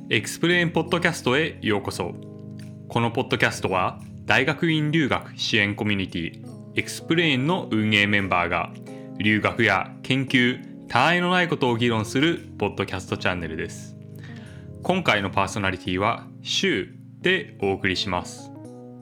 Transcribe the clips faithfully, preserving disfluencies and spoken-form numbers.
エクスプレインポッドキャストへようこそ。このポッドキャストは大学院留学支援コミュニティエクスプレインの運営メンバーが留学や研究、他愛のないことを議論するポッドキャストチャンネルです。今回のパーソナリティはシュウでお送りします。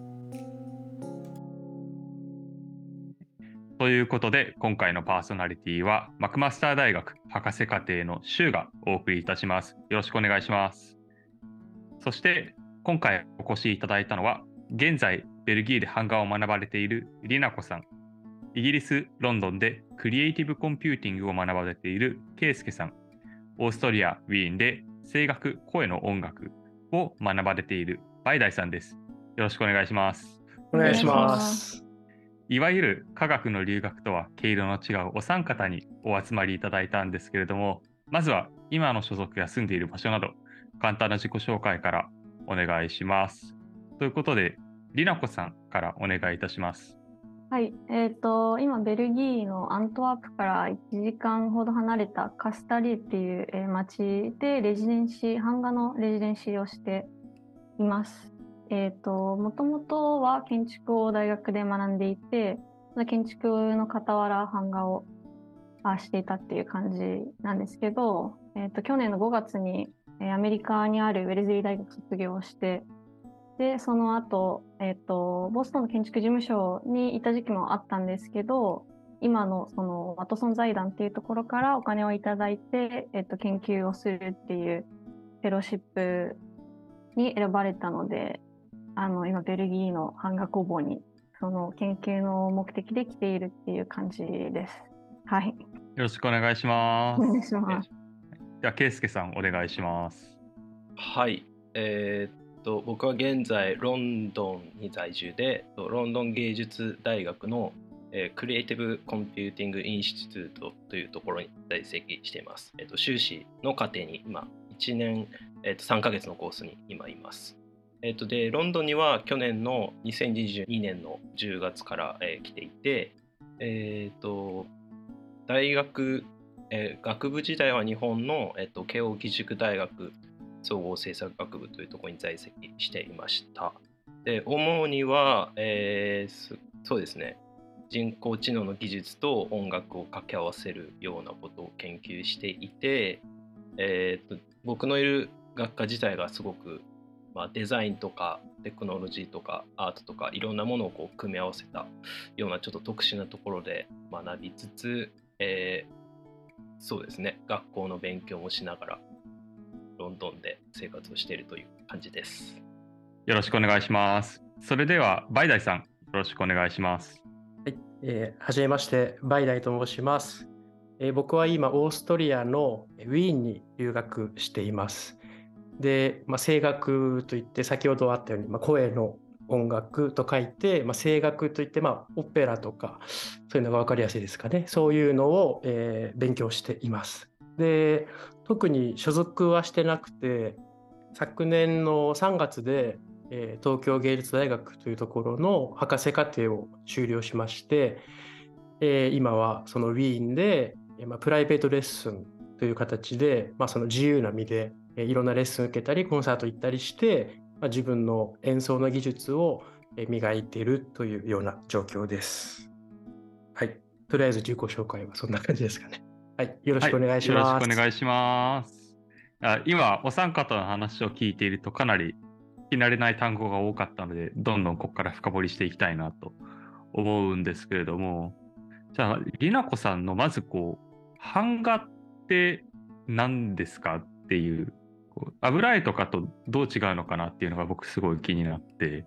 ということで、今回のパーソナリティはマクマスター大学博士課程のシュウがお送りいたします。よろしくお願いします。そして今回お越しいただいたのは、現在ベルギーで版画を学ばれているりなこさん、イギリス・ロンドンでクリエイティブコンピューティングを学ばれているケイスケさん、オーストリア・ウィーンで声楽・声の音楽を学ばれているバイダイさんです。よろしくお願いします。 お願いします。 いわゆる科学の留学とは毛色の違うお三方にお集まりいただいたんですけれども、まずは今の所属や住んでいる場所など簡単な自己紹介からお願いします。ということで、りなこさんからお願いいたします。 はい、えーと、今ベルギーのアントワープからいちじかんほど離れたカスタリーっていう、えー、町でレジデンシー、版画のレジデンシーをしています。えーと、もともとは建築を大学で学んでいて、建築の傍ら版画をしていたっていう感じなんですけど、えーと、去年のごがつにアメリカにあるウェレズリー大学卒業して、で、その後、えっと、ボストンの建築事務所にいた時期もあったんですけど、今のそのワトソン財団っていうところからお金をいただいて、えっと、研究をするっていうフェローシップに選ばれたので、あの、今ベルギーの版画工房にその研究の目的で来ているっていう感じです。はい。よろしくお願いします。 お願いします。 では、ケイスケさんお願いします。 はい。えー僕は現在ロンドンに在住で、ロンドン芸術大学の、えー、クリエイティブコンピューティングインシチュートというところに在籍しています。えー、と修士の課程に今いちねん、えー、とさんかげつのコースに今います。えー、とでロンドンには去年のにせんにじゅうにねんのじゅうがつから、えー、来ていて、えー、と大学、えー、学部時代は日本の、えー、と慶應義塾大学総合政策学部というところに在籍していました。で、主には、えー、そうですね、人工知能の技術と音楽を掛け合わせるようなことを研究していて、えー、と僕のいる学科自体がすごく、まあ、デザインとかテクノロジーとかアートとかいろんなものをこう組み合わせたようなちょっと特殊なところで学びつつ、えー、そうですね、学校の勉強もしながらロンドンで生活をしているという感じです。 よろしくお願いします。それではバイダイさん、よろしくお願いします。 はい、えー、はじめまして、バイダイと申します。えー、僕は今オーストリアのウィーンに留学しています。で、まあ、声楽といって先ほどあったように、まあ、声の音楽と書いて、まあ、声楽といって、まあ、オペラとかそういうのが分かりやすいですかね。そういうのを、えー、勉強しています。で、特に所属はしてなくて、昨年のさんがつで、えー、東京芸術大学というところの博士課程を修了しまして、えー、今はそのウィーンで、えーまあ、プライベートレッスンという形で、まあ、その自由な身で、えー、いろんなレッスンを受けたりコンサート行ったりして、まあ、自分の演奏の技術を磨いているというような状況です。はい、とりあえず自己紹介はそんな感じですかね。はい、よろしくお願いします。 はい、よろしくお願いします。あ、今お三方の話を聞いているとかなり聞き慣れない単語が多かったので、どんどんここから深掘りしていきたいなと思うんですけれども、じゃありなこさんのまずこう版画って何ですかっていう、こう油絵とかとどう違うのかなっていうのが僕すごい気になって。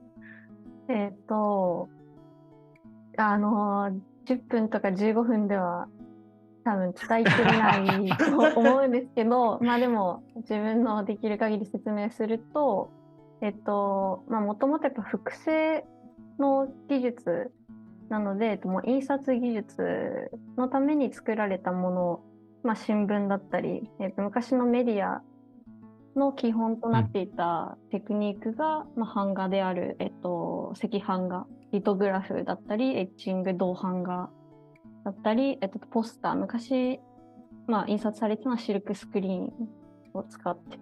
えっとあのじゅっぷんとかじゅうごふんでは多分伝えきれないと思うんですけどまあでも自分のできる限り説明すると、えっとまあもともとやっぱ複製の技術なので、えっと、もう印刷技術のために作られたもの、まあ、新聞だったり、えっと、昔のメディアの基本となっていたテクニックが、うんまあ、版画である、えっと、赤版画、リトグラフだったり、エッチング、銅版画だったり、えっと、ポスター、昔、まあ、印刷されてたのはシルクスクリーンを使って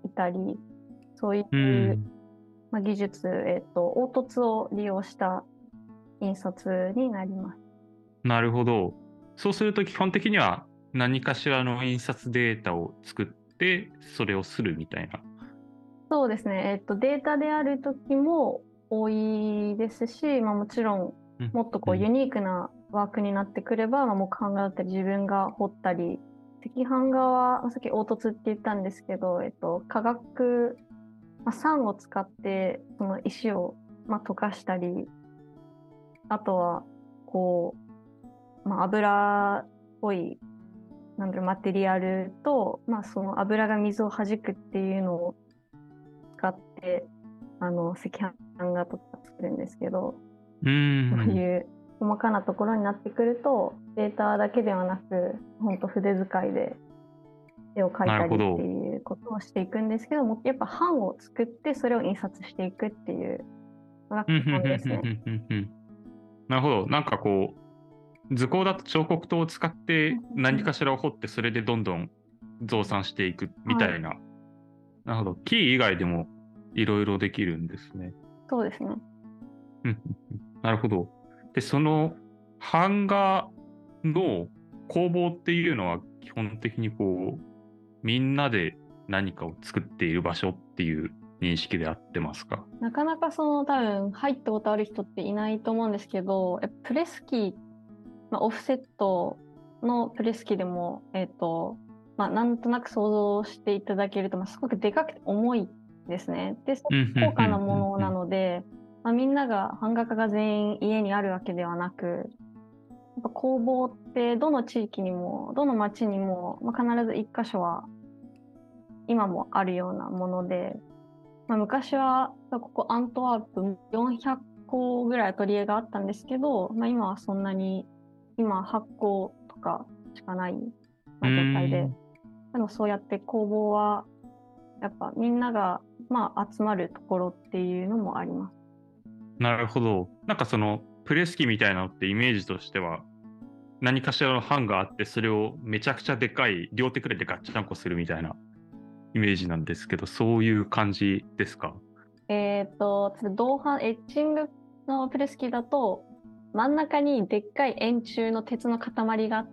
いたり、そういう、 うんまあ、技術、えっと、凹凸を利用した印刷になります。 なるほど。そうすると基本的には何かしらの印刷データを作ってそれをするみたいな。 そうですね、えっと、データである時も多いですし、まあ、もちろんうんもっとこうユニークなワークになってくれば、まあ、木版画だったり自分が彫ったり、赤版画はさっき凹凸って言ったんですけど、えっと、化学、まあ、酸を使ってその石を、まあ、溶かしたり、あとはこう、まあ、油っぽいなんだろうマテリアルと、まあ、その油が水を弾くっていうのを使ってあの赤版画とか作るんですけど、 うんそういう細かなところになってくるとデータだけではなく本当筆使いで絵を描いたりっていうことをしていくんですけども、やっぱ版を作ってそれを印刷していくっていうのが基本ですね。 なるほど。なんかこう図工だと彫刻刀を使って何かしらを彫ってそれでどんどん増産していくみたいな。はい、なるほど。キー以外でもいろいろできるんですね。 そうですね。 なるほど。で、その版画の工房っていうのは基本的にこうみんなで何かを作っている場所っていう認識で合ってますか？ なかなかその多分入ったことある人っていないと思うんですけど、プレス機、まあ、オフセットのプレス機でも、えっとまあ、なんとなく想像していただけると、まあ、すごくでかくて重いですね。で、高価なものなので、まあ、みんなが版画家が全員家にあるわけではなく、やっぱ工房ってどの地域にもどの町にも、まあ、必ず一箇所は今もあるようなもので、まあ、昔はここアントワープよんひゃっこぐらいアトリエがあったんですけど、まあ、今はそんなに今はっことかしかない状態で、でもそうやって工房はやっぱみんながまあ集まるところっていうのもあります。 なるほど。なんかそのプレス機みたいなのってイメージとしては何かしらの版があってそれをめちゃくちゃでかい両手くらいでガッチャンコするみたいなイメージなんですけど、そういう感じですか？ えっと銅版エッチングのプレス機だと真ん中にでっかい円柱の鉄の塊があって、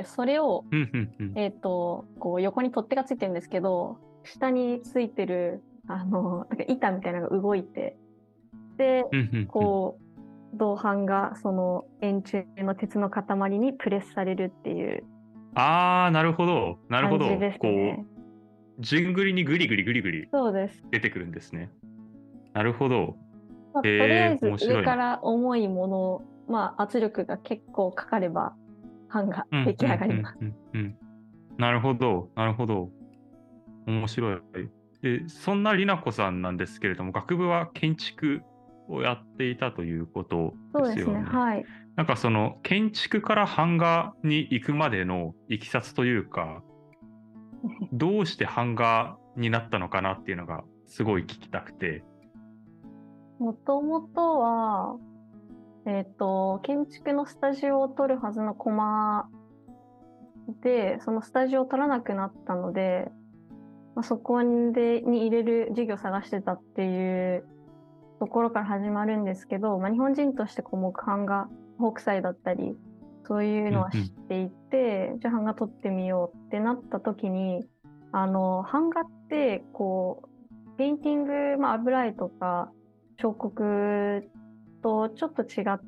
それを、えっとこう横に取っ手がついてるんですけど、下についてるあのなんか板みたいなのが動いて、でこう銅版がその円柱の鉄の塊にプレスされるっていう。 ああ、なるほどなるほど。 ね、 こう順繰りにグリグリグリグリ出てくるんですね。なるほど。 まあ、とりあえず上から重いもの、まあ、圧力が結構かかれば版が出来上がります。 なるほどなるほど。面白い。でそんなりなこさんなんですけれども、学部は建築をやっていたということですよね。 そうですね、はい。 なんかその建築から版画に行くまでのいきさつというかどうして版画になったのかなっていうのがすごい聞きたくて。 もともとは、えっと、建築のスタジオを取るはずのコマで、そのスタジオを取らなくなったので、まあ、そこでに入れる授業を探してたっていうところから始まるんですけど、まあ、日本人としてこう木版画北斎だったりそういうのは知っていて、うんうん、じゃあ版画取ってみようってなった時に、あの版画ってこうペインティング、まあ、油絵とか彫刻とちょっと違って、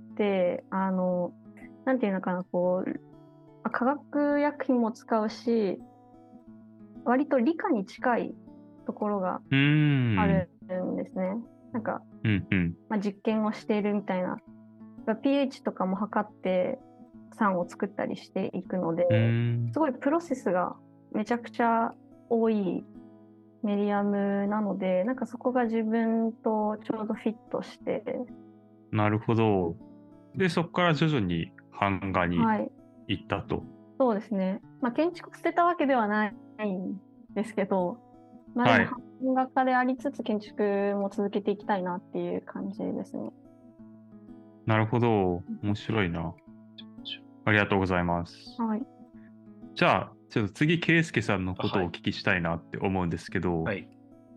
あのなんていうのかな、こう化学薬品も使うし、割と理科に近いところがあるんですね。なんか、 うんうんまあ、実験をしているみたいな。pH とかも測って酸を作ったりしていくので、すごいプロセスがめちゃくちゃ多いメディアムなので、なんかそこが自分とちょうどフィットして。 なるほど。で、そこから徐々に版画に行ったと。はい、 そうですね。まあ、建築捨てたわけではないんですけど、まあ、でも版画家でありつつ建築も続けていきたいなっていう感じですね。 なるほど。面白いな。ありがとうございます。 はい。 じゃあ、ちょっと次、圭介さんのことをお聞きしたいなって思うんですけど、 はい、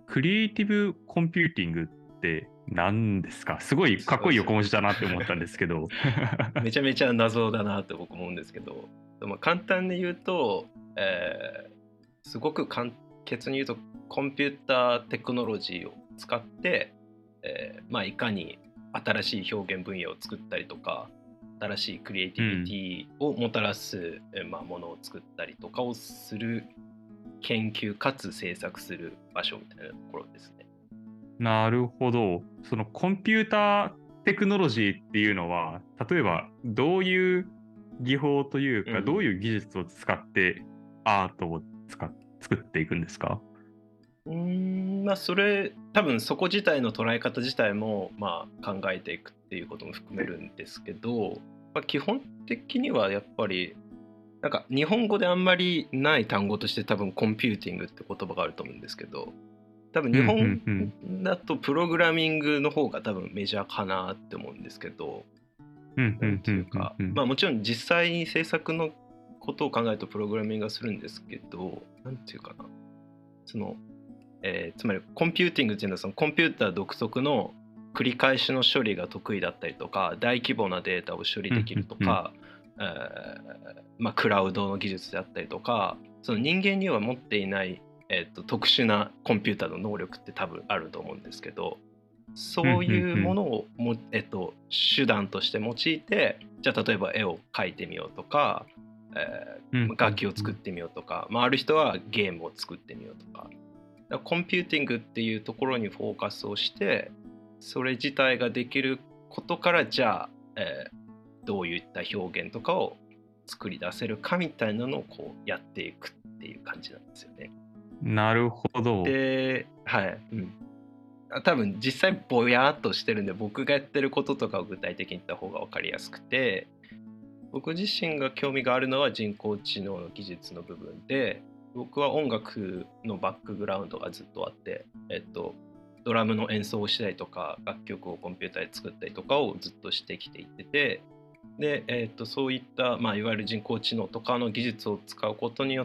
クリエイティブコンピューティングって何ですか？すごいかっこいい横文字だなって思ったんですけど。 めちゃめちゃ謎だなって僕思うんですけど、まあ、簡単に言うと、えー、すごく簡潔に言うとコンピューターテクノロジーを使って、えーまあ、いかに新しい表現分野を作ったりとか新しいクリエイティビティをもたらす、うんまあ、ものを作ったりとかをする研究かつ制作する場所みたいなところですね。 なるほど。そのコンピューターテクノロジーっていうのは、例えばどういう技法というか、 うん、 どういう技術を使ってアートを使っ作っていくんですか？ うーんまあそれ多分そこ自体の捉え方自体もまあ考えていくっていうことも含めるんですけど、まあ、基本的にはやっぱりなんか日本語であんまりない単語として多分コンピューティングって言葉があると思うんですけど、多分日本だとプログラミングの方が多分メジャーかなって思うんですけど、なんていうか、まあもちろん実際に制作のことを考えるとプログラミングはするんですけど、なんていうかな、その、えー、つまりコンピューティングっていうのはそのコンピューター独特の繰り返しの処理が得意だったりとか、大規模なデータを処理できるとか、えーまあ、クラウドの技術であったりとか、その人間には持っていないえっと、特殊なコンピューターの能力って多分あると思うんですけど、そういうものをも、えっと、手段として用いて、じゃあ例えば絵を描いてみようとか、えー、楽器を作ってみようとか、まあ、ある人はゲームを作ってみようとか、だからコンピューティングっていうところにフォーカスをして、それ自体ができることからじゃあ、えー、どういった表現とかを作り出せるかみたいなのをこうやっていくっていう感じなんですよね。 なるほど。 で、はい、うん、多分実際ぼやっとしてるんで僕がやってることとかを具体的に言った方が分かりやすくて、僕自身が興味があるのは人工知能の技術の部分で、僕は音楽のバックグラウンドがずっとあって、えっと、ドラムの演奏をしたりとか楽曲をコンピューターで作ったりとかをずっとしてきていってて、で、えー、とそういった、まあ、いわゆる人工知能とかの技術を使うことによって、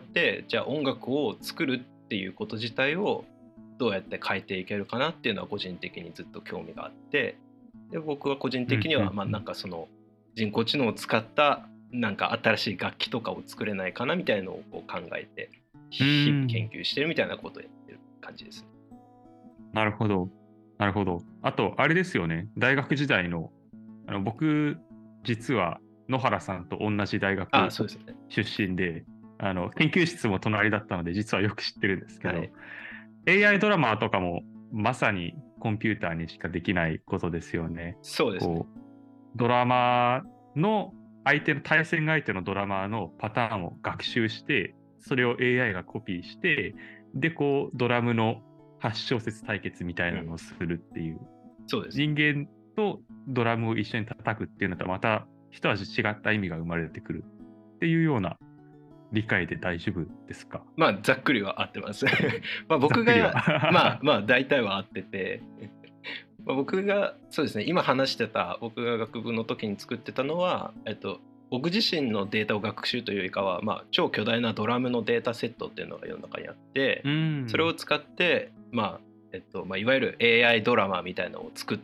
じゃあ音楽を作るっていうこと自体をどうやって変えていけるかなっていうのは個人的にずっと興味があって、で僕は個人的にはまあなんかその人工知能を使ったなんか新しい楽器とかを作れないかなみたいなのをこう考えて日々研究してるみたいなことをやってる感じですね。 なるほどなるほど。あとあれですよね、大学時代のあの僕実は野原さんと同じ大学出身で、 ね、 あの研究室も隣だったので実はよく知ってるんですけど、はい、エーアイ ドラマーとかもまさにコンピューターにしかできないことですよね。 そうですね。 こうドラマーの相手の対戦相手のドラマーのパターンを学習して、それを エーアイ がコピーして、でこうドラムのはち小節対決みたいなのをするっていう、うん、 そうです。 人間とドラムを一緒に叩くっていうのとまた一味違った意味が生まれてくるっていうような理解で大丈夫ですか？ まあざっくりは合ってますまあ僕がまあまあ大体は合っててまあ僕がそうですね、今話してた僕が学部の時に作ってたのは、えっと僕自身のデータを学習というよりかは、まあ、超巨大なドラムのデータセットっていうのが世の中にあって、 うん、 それを使って、まあえっとまあ、いわゆる エーアイ ドラマみたいなのを作って、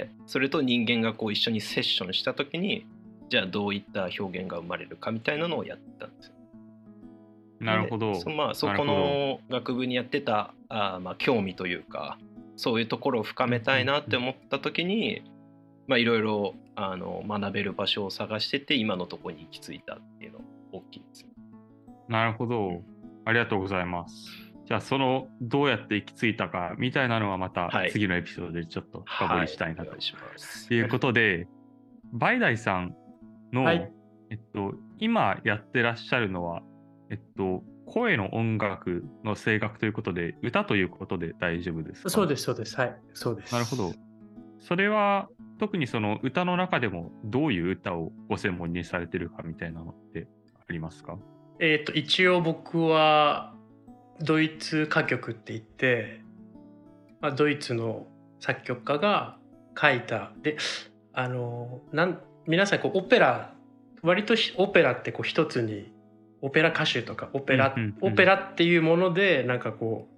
それと人間がこう一緒にセッションした時に、じゃあどういった表現が生まれるかみたいなのをやってたんですよ。 なるほど。 そ、まあ、そこの学部にやってたあ、まあ、興味というか、そういうところを深めたいなって思った時に、まあいろいろあの学べる場所を探してて、今のところに行き着いたっていうの大きいですね。 なるほど、ありがとうございます。じゃあそのどうやって行き着いたかみたいなのはまた次のエピソードでちょっと深掘りしたいなと、 はいはい、お願いします。 ということで、バイダイさんの、はい、えっと、今やってらっしゃるのは、えっと、声の音楽の声楽ということで、歌ということで大丈夫ですか？ そうですそうです、はい、そうです。 なるほど。それは特にその歌の中でもどういう歌をご専門にされてるかみたいなのってありますか？ えーと、一応僕はドイツ歌曲って言って、まあ、ドイツの作曲家が書いた、で、あのなん皆さんこうオペラ、割とオペラってこう一つにオペラ歌手とかオペラ、うんうんうん、オペラっていうものでなんかこう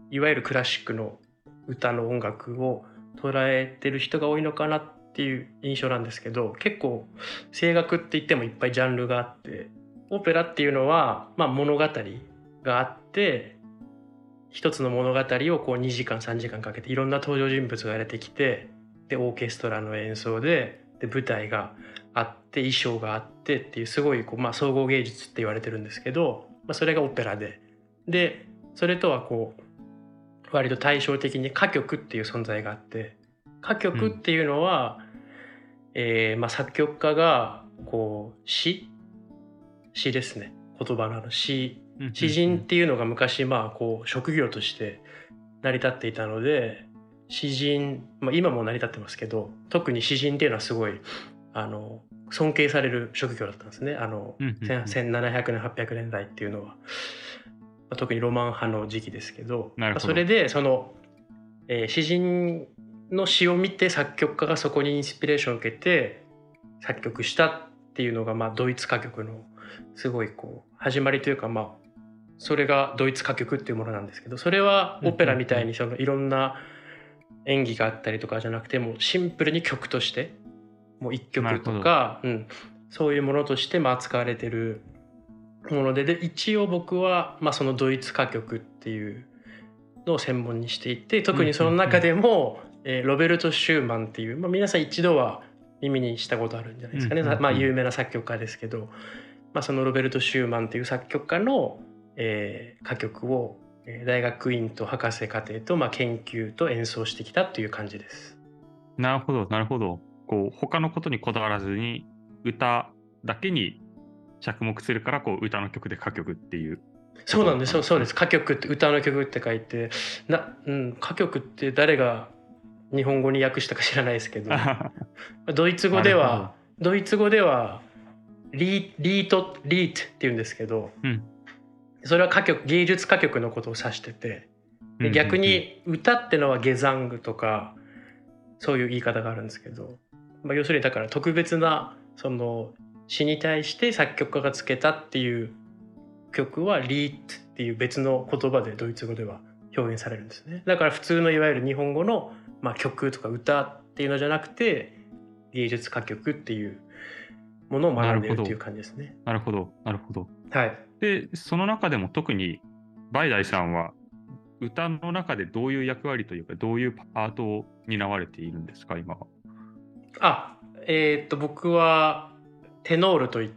いわゆるクラシックの歌の音楽を捉えてる人が多いのかなっていう印象なんですけど、結構声楽って言ってもいっぱいジャンルがあって、オペラっていうのは、まあ、物語があって一つの物語をこうにじかんさんじかんかけていろんな登場人物が出てきて、でオーケストラの演奏で、で舞台があって衣装があってっていうすごいこう、まあ、総合芸術って言われてるんですけど、まあ、それがオペラで、でそれとはこう割と対照的に歌曲っていう存在があって、歌曲っていうのは、うんえーまあ、作曲家がこう詩詩ですね、言葉のあの詩詩人っていうのが昔まあこう職業として成り立っていたので、詩人、まあ、今も成り立ってますけど、特に詩人っていうのはすごいあの尊敬される職業だったんですね。あのせんななひゃくねんはっぴゃくねんだいっていうのは、まあ、特にロマン派の時期ですけど、まあ、それでその、えー、詩人の詩を見て作曲家がそこにインスピレーションを受けて作曲したっていうのが、まあ、ドイツ歌曲のすごいこう始まりというか、まあそれがドイツ歌曲っていうものなんですけど、それはオペラみたいにそのいろんな演技があったりとかじゃなくて、もうシンプルに曲としてもう一曲とか、うん、そういうものとしてまあ扱われてるもので、で一応僕はまあそのドイツ歌曲っていうのを専門にしていて、特にその中でも、えー、ロベルト・シューマンっていう、まあ、皆さん一度は耳にしたことあるんじゃないですかね、まあ、有名な作曲家ですけど、まあ、そのロベルト・シューマンっていう作曲家のえー、歌曲を大学院と博士課程と、まあ、研究と演奏してきたという感じです。 なるほどなるほど。こう他のことにこだわらずに歌だけに着目するから、こう歌の曲で歌曲っていう。 そうなんです、そうです。歌曲って歌の曲って書いてな、うん、歌曲って誰が日本語に訳したか知らないですけどドイツ語ではドイツ語ではリー、リートリートって言うんですけど、うんそれは歌曲、芸術歌曲のことを指してて、で逆に歌ってのはゲザングとかそういう言い方があるんですけど、まあ、要するにだから特別なその詩に対して作曲家がつけたっていう曲はリートっていう別の言葉でドイツ語では表現されるんですね。だから普通のいわゆる日本語の、まあ、曲とか歌っていうのじゃなくて芸術歌曲っていうものを学んでいるっていう感じですね。 なるほどなるほど。 はい。 でその中でも特にバイダイさんは歌の中でどういう役割というかどういうパートを担われているんですか今は。 あ、えー、っと僕はテノールといって、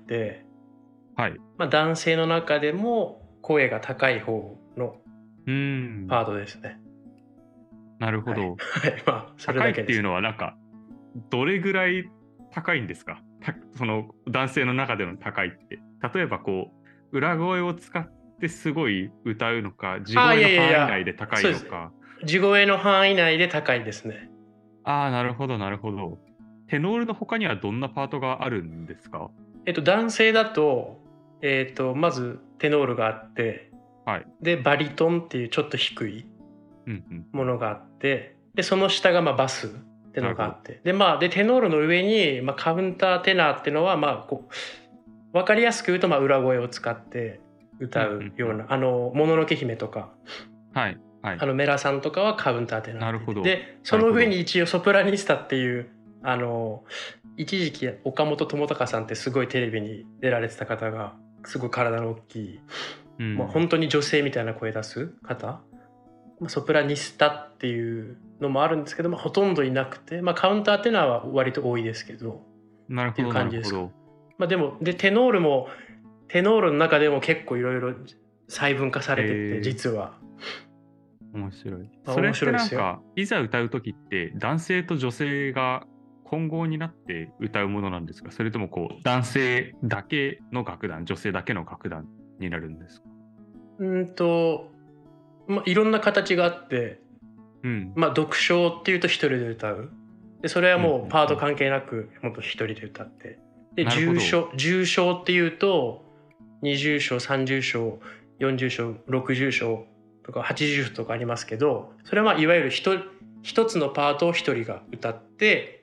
はいまあ、男性の中でも声が高い方のパートですね。 なるほど、 はいはいまあ、それだけです。 高いっていうのはなんかどれぐらい高いんですか？その男性の中での高いって例えばこう裏声を使ってすごい歌うのか、地声の範囲内で高いのか。 地声の範囲内で高いですね。 ああ、なるほどなるほど。テノールの他にはどんなパートがあるんですか？ えっと男性だと、えっとまずテノールがあって、 はい、 でバリトンっていうちょっと低いものがあって、でその下がまあバスっていうのがあって、でまあでテノールの上に、まあ、カウンターテナーっていうのはまあこう分かりやすく言うと、まあ裏声を使って歌うような、うんうんうん、あのもののけ姫とか、 はいはい、 あのメラさんとかはカウンターテナー。 なるほど。 でその上に一応ソプラニスタっていうあの一時期岡本智隆さんってすごいテレビに出られてた方がすごい体の大きい、うん、もう本当に女性みたいな声出す方、ソプラニスタっていうのもあるんですけど、まあ、ほとんどいなくて、まあ、カウンターテナーは割と多いですけど、 なるほどっていう感じですか。 まあ、でもでテノールもテノールの中でも結構いろいろ細分化されてて、実は面白い。それってなんかいざ歌う時って男性と女性が混合になって歌うものなんですか？それともこう男性だけの楽団、女性だけの楽団になるんですか？ うんと、まあ、いろんな形があって、うん、まあ独唱っていうと一人で歌う。でそれはもうパート関係なくもっと一人で歌って、で重唱重唱っていうとにじゅう章さんじゅう章よんじゅう章ろくじゅう章とかはちじゅう章とかありますけど、それはまあいわゆる一一つのパートを一人が歌って、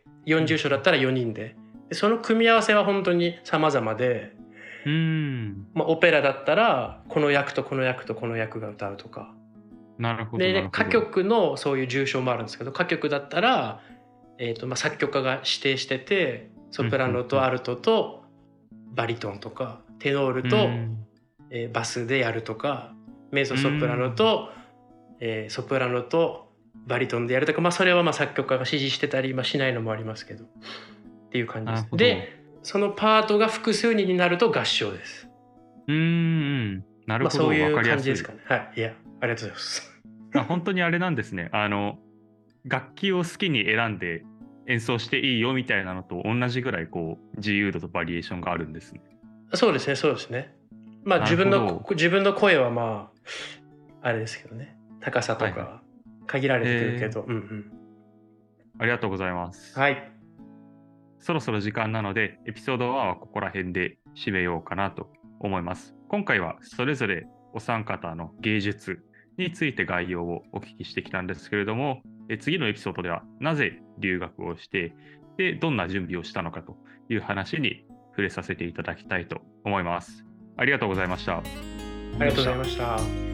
よんじゅう章だったらよにんで、でその組み合わせは本当に様々で、 うん、 まあ、オペラだったらこの役とこの役とこの役が歌うとか、 なるほど。 で歌曲のそういう重賞もあるんですけど、歌曲だったら、えーとまあ、作曲家が指定してて、ソプラノとアルトとバリトンとか、テノールと、えー、バスでやるとか、メゾソプラノと、えー、ソプラノとバリトンでやるとか、まあ、それはまあ作曲家が指示してたり、まあ、しないのもありますけどっていう感じです。でそのパートが複数人になると合唱です。 うーん、なるほど、まあ、 そういう感じですかね。はい、いや、ありがとうございます。 あ、本当にあれなんですね。あの楽器を好きに選んで演奏していいよみたいなのと同じぐらいこう自由度とバリエーションがあるんですね。 そうですね、そうですね。まあ自分の自分の声はまああれですけどね、高さとか限られてくるけど、はいはい、うんうん。 ありがとうございます。 はい。 そろそろ時間なのでエピソードワンはここら辺で締めようかなと思います。今回はそれぞれお三方の芸術について概要をお聞きしてきたんですけれども、え次のエピソードではなぜ留学をしてでどんな準備をしたのかという話に触れさせていただきたいと思います。ありがとうございました。 ありがとうございました。